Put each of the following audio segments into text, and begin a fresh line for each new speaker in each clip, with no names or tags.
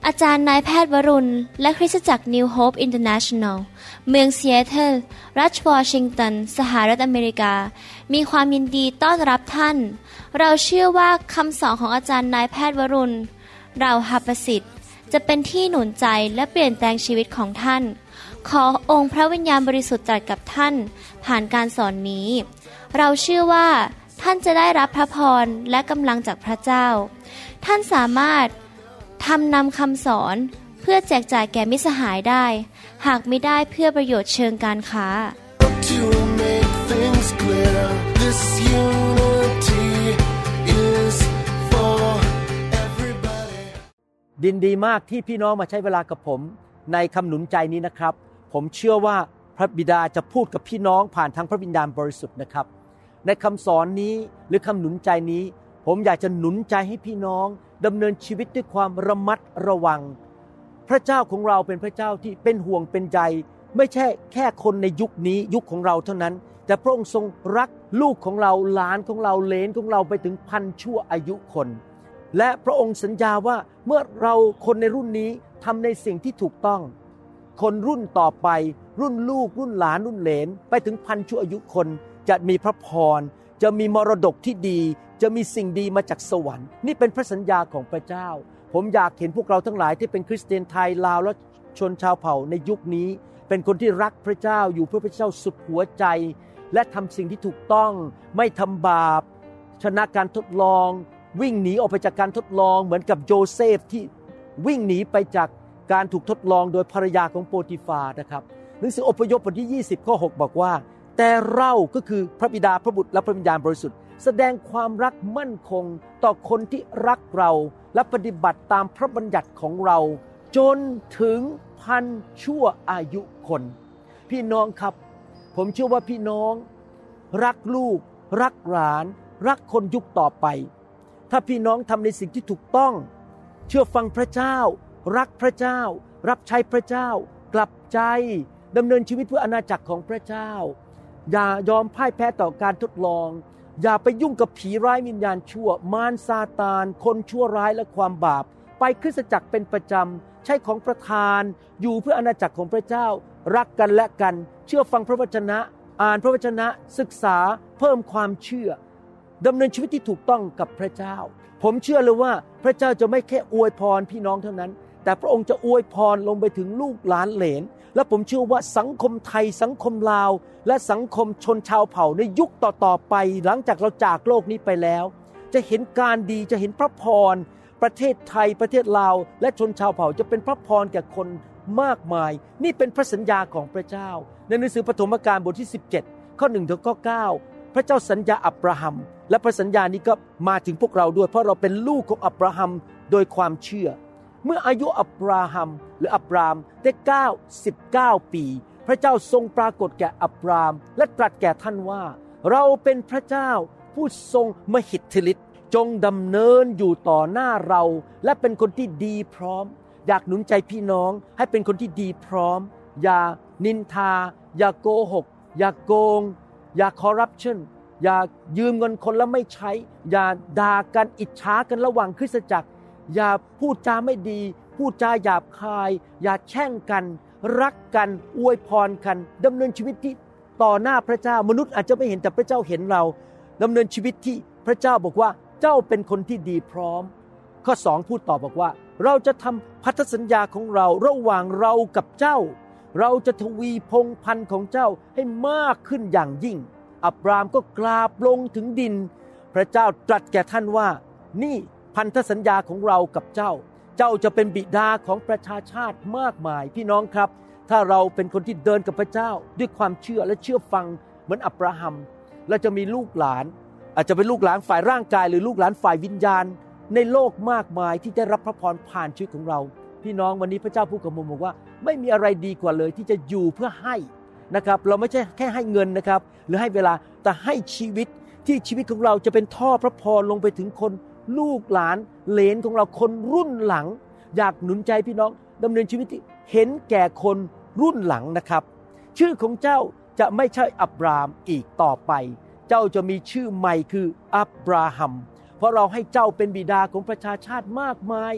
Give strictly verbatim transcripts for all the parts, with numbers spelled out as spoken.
อาจารย์นายแพทย์วรุณและคริสตจักร New Hope International เมืองซีแอตเทิลรัฐวอชิงตันสหรัฐอเมริกามีความยินดีต้อนรับท่านเราเชื่อว่าคำสอนของอาจารย์นายแพทย์วรุณเราหประสิทธิ์จะเป็นที่หนุนใจและเปลี่ยนแปลงชีวิตของท่านขอองค์พระวิญญาณบริสุทธิ์ตรัสกับท่านผ่านการสอนนี้เราเชื่อว่าท่านจะได้รับพระพรและกำลังจากพระเจ้าท่านสามารถทำนำคำสอนเพื่อแจกจ่ายแก่มิตรสหายได้หากไม่ได้เพื่อประโยชน์เชิงการค้า
To make things clear, this unity is for everybody.
ดินดีมากที่พี่น้องมาใช้เวลากับผมในคำหนุนใจนี้นะครับผมเชื่อว่าพระบิดาจะพูดกับพี่น้องผ่านทางพระวิญญาณบริสุทธิ์นะครับในคำสอนนี้หรือคำหนุนใจนี้ผมอยากจะหนุนใจให้พี่น้องดำเนินชีวิตด้วยความระมัดระวังพระเจ้าของเราเป็นพระเจ้าที่เป็นห่วงเป็นใยไม่ใช่แค่คนในยุคนี้ยุคของเราเท่านั้นแต่พระองค์ทรงรักลูกของเราหลานของเราเหลนของเราไปถึงพันชั่วอายุคนและพระองค์สัญญาว่าเมื่อเราคนในรุ่นนี้ทำในสิ่งที่ถูกต้องคนรุ่นต่อไปรุ่นลูกรุ่นหลานรุ่นเหลนไปถึงพันชั่วอายุคนจะมีพระพรจะมีมรดกที่ดีจะมีสิ่งดีมาจากสวรรค์นี่เป็นพระสัญญาของพระเจ้าผมอยากเห็นพวกเราทั้งหลายที่เป็นคริสเตียนไทยลาวและชนชาวเผ่าในยุคนี้เป็นคนที่รักพระเจ้าอยู่เพื่อพระเจ้าสุดหัวใจและทำสิ่งที่ถูกต้องไม่ทำบาปชนะการทดลองวิ่งหนีออกไปจากการทดลองเหมือนกับโยเซฟที่วิ่งหนีไปจากการถูกทดลองโดยภรรยาของโปติฟานะครับหนังสืออพยพบทที่ยี่สิบข้อหกบอกว่าแต่เราก็คือพระบิดาพระบุตรและพระวิญญาณบริสุทธิ์แสดงความรักมั่นคงต่อคนที่รักเราและปฏิบัติตามพระบัญญัติของเราจนถึงพันชั่วอายุคนพี่น้องครับผมเชื่อว่าพี่น้องรักลูกรักหลานรักคนยุคต่อไปถ้าพี่น้องทำในสิ่งที่ถูกต้องเชื่อฟังพระเจ้ารักพระเจ้ารับใช้พระเจ้ากลับใจดำเนินชีวิตเพื่ออาณาจักรของพระเจ้าอย่ายอมพ่ายแพ้ต่อการทดลองอย่าไปยุ่งกับผีร้ายวิญญาณชั่วมารซาตานคนชั่วร้ายและความบาปไปคริสตจักรเป็นประจำใช้ของประทานอยู่เพื่ออาณาจักรของพระเจ้ารักกันและกันเชื่อฟังพระวจนะอ่านพระวจนะศึกษาเพิ่มความเชื่อดำเนินชีวิตที่ถูกต้องกับพระเจ้าผมเชื่อเลยว่าพระเจ้าจะไม่แค่อวยพรพี่น้องเท่านั้นแต่พระองค์จะอวยพรลงไปถึงลูกหลานเหลนและผมเชื่อว่าสังคมไทยสังคมลาวและสังคมชนชาวเผ่าในยุคต่อๆไปหลังจากเราจากโลกนี้ไปแล้วจะเห็นการดีจะเห็นพระพรประเทศไทยประเทศลาวและชนชาวเผ่าจะเป็นพระพรแก่คนมากมายนี่เป็นพระสัญญาของพระเจ้าในหนังสือปฐมกาลบทที่สิบเจ็ดข้อหนึ่งถึงข้อเก้าพระเจ้าสัญญาอับราฮัมและพระสัญญานี้ก็มาถึงพวกเราด้วยเพราะเราเป็นลูกของอับราฮัมโดยความเชื่อเมื่ออายุอับราฮัมหรืออับรามได้เก้าสิบเก้าปีพระเจ้าทรงปรากฏแก่อับรามและตรัสแก่ท่านว่าเราเป็นพระเจ้าผู้ทรงมหิทธิฤทธิ์จงดำเนินอยู่ต่อหน้าเราและเป็นคนที่ดีพร้อมอยากหนุนใจพี่น้องให้เป็นคนที่ดีพร้อมอย่านินทาอย่าโกหกอย่าโกงอย่าคอร์รัปชันอย่ายืมเงินคนแล้วไม่ใช้อย่าด่ากันอิจฉากันระหว่างคริสตจักรอย่าพูดจาไม่ดีพูดจาหยาบคายอย่าแช่งกันรักกันอวยพรกันดำเนินชีวิตที่ต่อหน้าพระเจ้ามนุษย์อาจจะไม่เห็นแต่พระเจ้าเห็นเราดำเนินชีวิตที่พระเจ้าบอกว่าเจ้าเป็นคนที่ดีพร้อมข้อสองพูดต่อบอกว่าเราจะทำพันธสัญญาของเราระหว่างเรากับเจ้าเราจะทวีพงศ์พันธุ์ของเจ้าให้มากขึ้นอย่างยิ่งอับรามก็กราบลงถึงดินพระเจ้าตรัสแก่ท่านว่านี่พันธสัญญาของเรากับเจ้าเจ้าจะเป็นบิดาของประชาชาติมากมายพี่น้องครับถ้าเราเป็นคนที่เดินกับพระเจ้าด้วยความเชื่อและเชื่อฟังเหมือนอับราฮัมเราจะมีลูกหลานอาจจะเป็นลูกหลานฝ่ายร่างกายหรือลูกหลานฝ่ายวิญญาณในโลกมากมายที่ได้รับพระพรผ่านชีวิตของเราพี่น้องวันนี้พระเจ้าพูดกับผมบอกว่าไม่มีอะไรดีกว่าเลยที่จะอยู่เพื่อให้นะครับเราไม่ใช่แค่ให้เงินนะครับหรือให้เวลาแต่ให้ชีวิตที่ชีวิตของเราจะเป็นท่อพระพรลงไปถึงคนลูกหลานเหลนของเราคนรุ่นหลังอยากหนุนใจพี่น้องดำเนินชีวิตที่เห็นแก่คนรุ่นหลังนะครับชื่อของเจ้าจะไม่ใช่อับรามอีกต่อไปเจ้าจะมีชื่อใหม่คืออับราฮัมเพราะเราให้เจ้าเป็นบิดาของประชาชาติมากมาย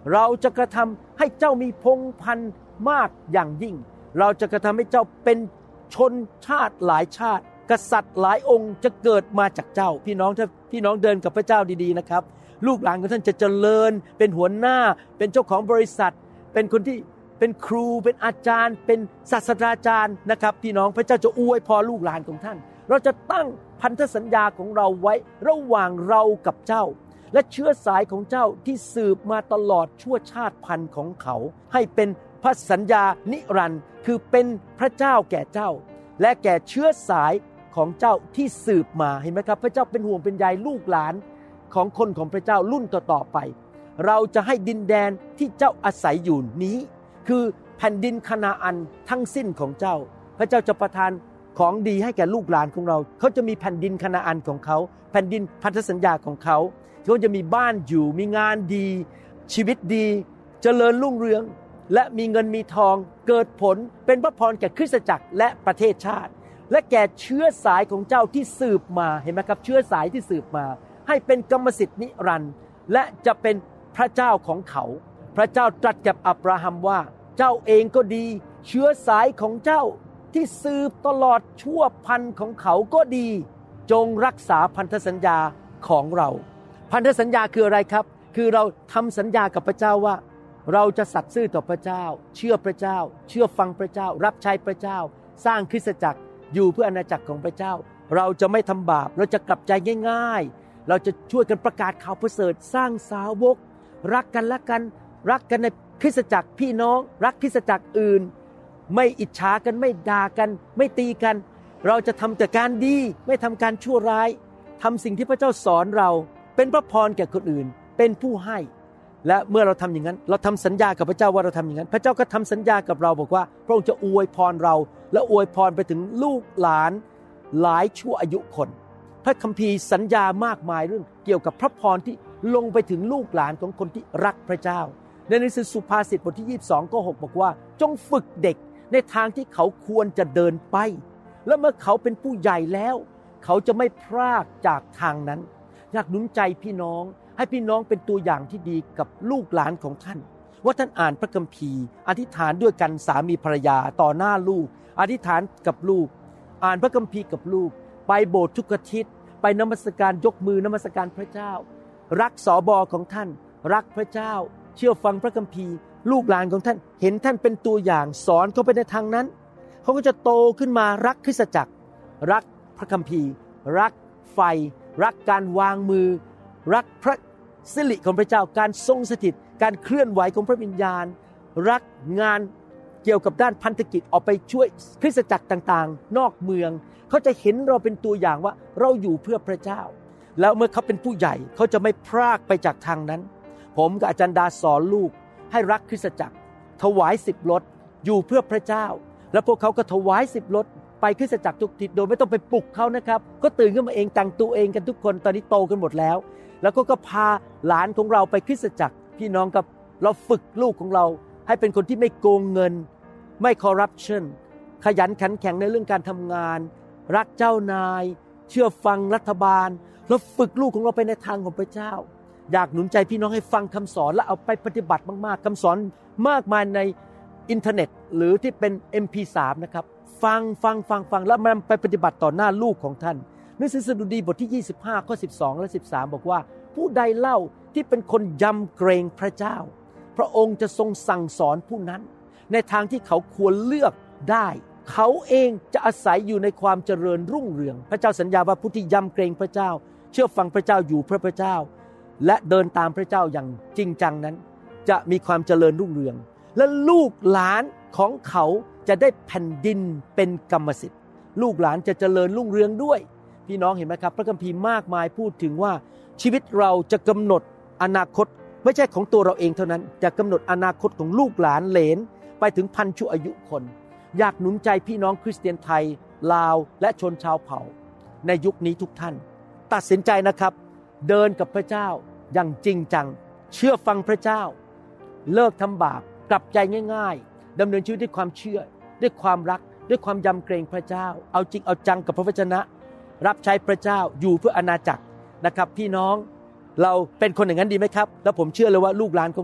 เราจะกระทำให้เจ้ามีพงศ์พันธุ์มากอย่างยิ่งเราจะกระทำให้เจ้าเป็นชนชาติหลายชาติกษัตริย์หลายองค์จะเกิดมาจากเจ้าพี่น้องถ้าพี่น้องเดินกับพระเจ้าดีๆนะครับลูกหลานของท่านจะเจริญเป็นหัวหน้าเป็นเจ้าของบริษัทเป็นคนที่เป็นครูเป็นอาจารย์เป็นศาสตราจารย์นะครับพี่น้องพระเจ้าจะอวยพรลูกหลานของท่านเราจะตั้งพันธสัญญาของเราไว้ระหว่างเรากับเจ้าและเชื้อสายของเจ้าที่สืบมาตลอดชั่วชาติพันธุ์ของเขาให้เป็นพระสัญญานิรันดร์คือเป็นพระเจ้าแก่เจ้าและแก่เชื้อสายของเจ้าที่สืบมาเห็นไหมครับพระเจ้าเป็นห่วงเป็นใยลูกหลานของคนของพระเจ้ารุ่นต่อๆไปเราจะให้ดินแดนที่เจ้าอาศัยอยู่นี้คือแผ่นดินคานาอันทั้งสิ้นของเจ้าพระเจ้าจะประทานของดีให้แก่ลูกหลานของเราเขาจะมีแผ่นดินคานาอันของเขาแผ่นดินพันธสัญญาของเขาเขาจะมีบ้านอยู่มีงานดีชีวิตดีเจริญรุ่งเรืองและมีเงินมีทองเกิดผลเป็นพระพรแก่คริสตจักรและประเทศชาติและแก่เชื้อสายของเจ้าที่สืบมาเห็นไหมครับเชื้อสายที่สืบมาให้เป็นกรรมสิทธิ์นิรันดร์และจะเป็นพระเจ้าของเขาพระเจ้าตรัสกับอับราฮัมว่าเจ้าเองก็ดีเชื้อสายของเจ้าที่สืบตลอดชั่วพันธุ์ของเขาก็ดีจงรักษาพันธสัญญาของเราพันธสัญญาคืออะไรครับคือเราทำสัญญากับพระเจ้าว่าเราจะสัตย์ซื่อต่อพระเจ้าเชื่อพระเจ้าเชื่อฟังพระเจ้ารับใช้พระเจ้าสร้างคริสตจักรอยู่เพื่ออาณาจักรของพระเจ้าเราจะไม่ทำบาปเราจะกลับใจง่ายๆเราจะช่วยกันประกาศข่าวประเสริฐสร้างสาวกรักกันและกันรักกันในคริสตจักรพี่น้องรักคริสตจักรอื่นไม่อิจฉากันไม่ด่ากันไม่ตีกันเราจะทำแต่การดีไม่ทำการชั่วร้ายทำสิ่งที่พระเจ้าสอนเราเป็นพระพรแก่คนอื่นเป็นผู้ให้และเมื่อเราทำอย่างนั้นเราทำสัญญากับพระเจ้าว่าเราทำอย่างนั้นพระเจ้าก็ทำสัญญากับเราบอกว่าพระองค์จะอวยพรเราและอวยพรไปถึงลูกหลานหลายชั่วอายุคนพระคัมภีร์สัญญามากมายเรื่องเกี่ยวกับพระพรที่ลงไปถึงลูกหลานของคนที่รักพระเจ้าในหนังสือสุภาษิตบทที่ยี่สิบสองข้อหกบอกว่าจงฝึกเด็กในทางที่เขาควรจะเดินไปและเมื่อเขาเป็นผู้ใหญ่แล้วเขาจะไม่พลากจากทางนั้นอยากหนุนใจพี่น้องให้พี่น้องเป็นตัวอย่างที่ดีกับลูกหลานของท่านว่าท่านอ่านพระคัมภีร์อธิษฐานด้วยกันสามีภรรยาต่อหน้าลูกอธิษฐานกับลูกอ่านพระคัมภีร์กับลูกไปโบสถ์ทุกอาทิตย์ไปนมัสการยกมือนมัสการพระเจ้ารักสบของท่านรักพระเจ้าเชื่อฟังพระคัมภีร์ลูกหลานของท่านเห็นท่านเป็นตัวอย่างสอนเขาไปในทางนั้นเขาก็จะโตขึ้นมารักคริสตจักรรักพระคัมภีร์รักไฟรักการวางมือรักพระสิริของพระเจ้าการทรงสถิตการเคลื่อนไหวของพระวิญญาณรักงานเกี่ยวกับด้านพันธกิจออกไปช่วยคริสตจักรต่างๆนอกเมืองเขาจะเห็นเราเป็นตัวอย่างว่าเราอยู่เพื่อพระเจ้าแล้วเมื่อเขาเป็นผู้ใหญ่เขาจะไม่พรากไปจากทางนั้นผมกับอาจารย์ดาสอนลูกให้รักคริสตจักรถวายสิบรถอยู่เพื่อพระเจ้าแล้วพวกเขาก็ถวายสิบรถไปคริสตจักรทุกทิศโดยไม่ต้องไปปลุกเขานะครับก็ตื่นขึ้นมาเองแต่งตัวเองกันทุกคนตอนนี้โตกันหมดแล้วแล้วก็ก็พาหลานของเราไปคริสตจักรพี่น้องกับเราฝึกลูกของเราให้เป็นคนที่ไม่โกงเงินไม่คอร์รัปชันขยันขันแข็งในเรื่องการทำงานรักเจ้านายเชื่อฟังรัฐบาลเราฝึกลูกของเราไปในทางของพระเจ้าอยากหนุนใจพี่น้องให้ฟังคำสอนและเอาไปปฏิบัติมากๆคำสอนมากมายในอินเทอร์เน็ตหรือที่เป็น เอ็ม พี สาม นะครับฟังฟังฟังฟังแล้วมันไปปฏิบัติต่อหน้าลูกของท่านหนังสือสดุดีบทที่ยี่สิบห้าข้อสิบสองและสิบสามบอกว่าผู้ใดเล่าที่เป็นคนยำเกรงพระเจ้าพระองค์จะทรงสั่งสอนผู้นั้นในทางที่เขาควรเลือกได้เขาเองจะอาศัยอยู่ในความเจริญรุ่งเรืองพระเจ้าสัญญาว่าผู้ที่ยำเกรงพระเจ้าเชื่อฟังพระเจ้าอยู่เพื่อพระเจ้าและเดินตามพระเจ้าอย่างจริงจังนั้นจะมีความเจริญรุ่งเรืองและลูกหลานของเขาจะได้แผ่นดินเป็นกรรมสิทธิ์ลูกหลานจะเจริญรุ่งเรืองด้วยพี่น้องเห็นไหมครับพระคัมภีร์มากมายพูดถึงว่าชีวิตเราจะกำหนดอนาคตไม่ใช่ของตัวเราเองเท่านั้นจะกำหนดอนาคตของลูกหลานเหลนไปถึงพันชั่วอายุคนอยากหนุนใจพี่น้องคริสเตียนไทยลาวและชนชาวเผ่าในยุคนี้ทุกท่านตัดสินใจนะครับเดินกับพระเจ้าอย่างจริงจังเชื่อฟังพระเจ้าเลิกทำบาปกลับใจง่ายๆดำเนินชีวิตด้วยความเชื่อด้วยความรักด้วยความยำเกรงพระเจ้าเอาจริงเอาจังกับพระวจนะรับใช้พระเจ้าอยู่เพื่ออาณาจักรนะครับพี่น้องเราเป็นคนอย่างนั้นดีไหมครับแล้วผมเชื่อเลยว่าลูกหลานของท่าน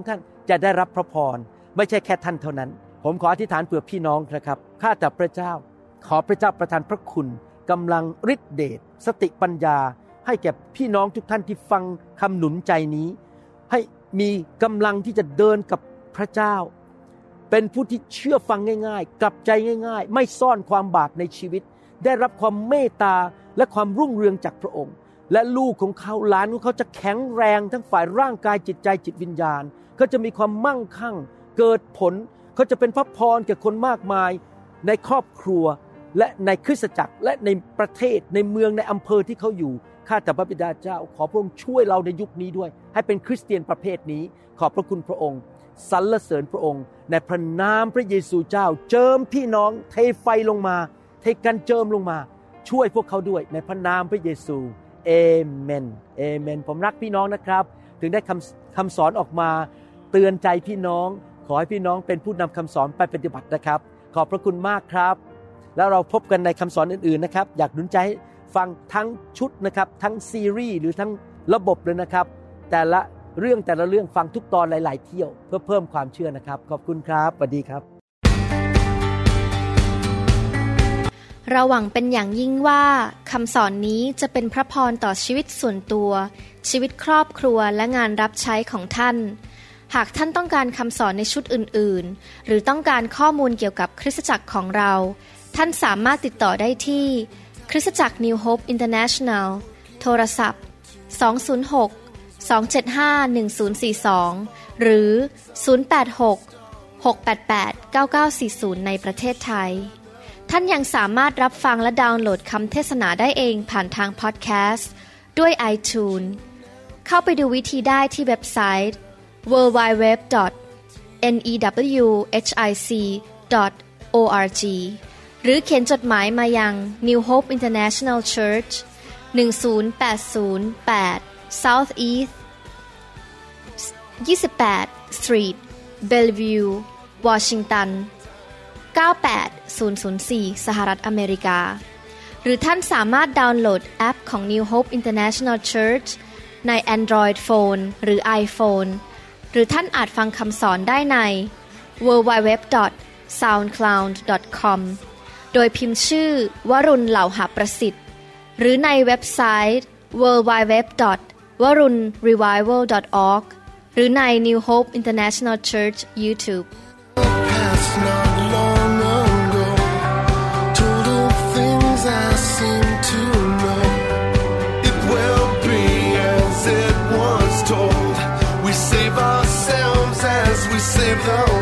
จะได้รับพระพรไม่ใช่แค่ท่านเท่านั้นผมขออธิษฐานเผื่อพี่น้องนะครับข้าแต่พระเจ้าขอพระเจ้าประทานพระคุณกำลังฤทธิเดชสติปัญญาให้แก่พี่น้องทุกท่านที่ฟังคำหนุนใจนี้ให้มีกำลังที่จะเดินกับพระเจ้าเป็นผู้ที่เชื่อฟังง่ายๆกลับใจง่ายๆไม่ซ่อนความบาปในชีวิตได้รับความเมตตาและความรุ่งเรืองจากพระองค์และลูกของเขาหลานของเขาจะแข็งแรงทั้งฝ่ายร่างกายจิตใจจิตวิญญาณเขาจะมีความมั่งคั่งเกิดผลเขาจะเป็นพระพรแก่คนมากมายในครอบครัวและในคริสตจักรและในประเทศในเมืองในอำเภอที่เขาอยู่ข้าแต่พระบิดาเจ้าขอพระองค์ช่วยเราในยุคนี้ด้วยให้เป็นคริสเตียนประเภทนี้ขอบพระคุณพระองค์สรรเสริญพระองค์ในพระนามพระเยซูเจ้าเจิมพี่น้องเทไฟลงมาเทกันเจิมลงมาช่วยพวกเขาด้วยในพระนามพระเยซูเอเมนเอเมนผมรักพี่น้องนะครับถึงได้คำคำสอนออกมาเตือนใจพี่น้องขอให้พี่น้องเป็นผู้นำคำสอนไปปฏิบัตินะครับขอบพระคุณมากครับแล้วเราพบกันในคำสอนอื่นๆนะครับอยากหนุนใจฟังทั้งชุดนะครับทั้งซีรีส์หรือทั้งระบบเลยนะครับแต่ละเรื่องแต่ละเรื่องฟังทุกตอนหลายๆเที่ยวเพื่อเพิ่มความเชื่อนะครับขอบคุณครับสวัสดีครับ
เราหวังเป็นอย่างยิ่งว่าคำสอนนี้จะเป็นพระพรต่อชีวิตส่วนตัวชีวิตครอบครัวและงานรับใช้ของท่านหากท่านต้องการคำสอนในชุดอื่นๆหรือต้องการข้อมูลเกี่ยวกับคริสตจักรของเราท่านสามารถติดต่อได้ที่คริสตจักร New Hope International โทรศัพท์สอง ศูนย์ หก สอง เจ็ด ห้า หนึ่ง ศูนย์ สี่ สองหรือศูนย์ แปด หก หก แปด แปด เก้า เก้า สี่ ศูนย์ในประเทศไทยท่านยังสามารถรับฟังและดาวน์โหลดคำเทศนาได้เองผ่านทางพอดแคสต์ด้วย iTunes เข้าไปดูวิธีได้ที่เว็บไซต์ ดับเบิลยู ดับเบิลยู ดับเบิลยู ดอท เน อี ดับเบิลยู เอช ไอ ซี ดอท โอ อาร์ จี หรือเขียนจดหมายมายัง New Hope International Church หนึ่ง ศูนย์ แปด ศูนย์ แปด South East ยี่สิบแปด Street Bellevue Washington เก้า แปด ศูนย์ ศูนย์ สี่ สหรัฐอเมริกาหรือท่านสามารถดาวน์โหลดแอปของ New Hope International Church ใน Android Phone หรือ iPhone หรือท่านอาจฟังคำสอนได้ใน ดับเบิลยู ดับเบิลยู ดับเบิลยู ดอท ซาวด์คลาวด์ ดอท คอม โดยพิมพ์ชื่อวรุณเหล่าหประสิทธิ์หรือในเว็บไซต์ ดับเบิลยู ดับเบิลยู ดับเบิลยู ดอท วรุณ รีไววัล ดอท ออร์ก หรือใน New Hope International Church YouTube
I seem to know it will be as it was told. We save ourselves as we save the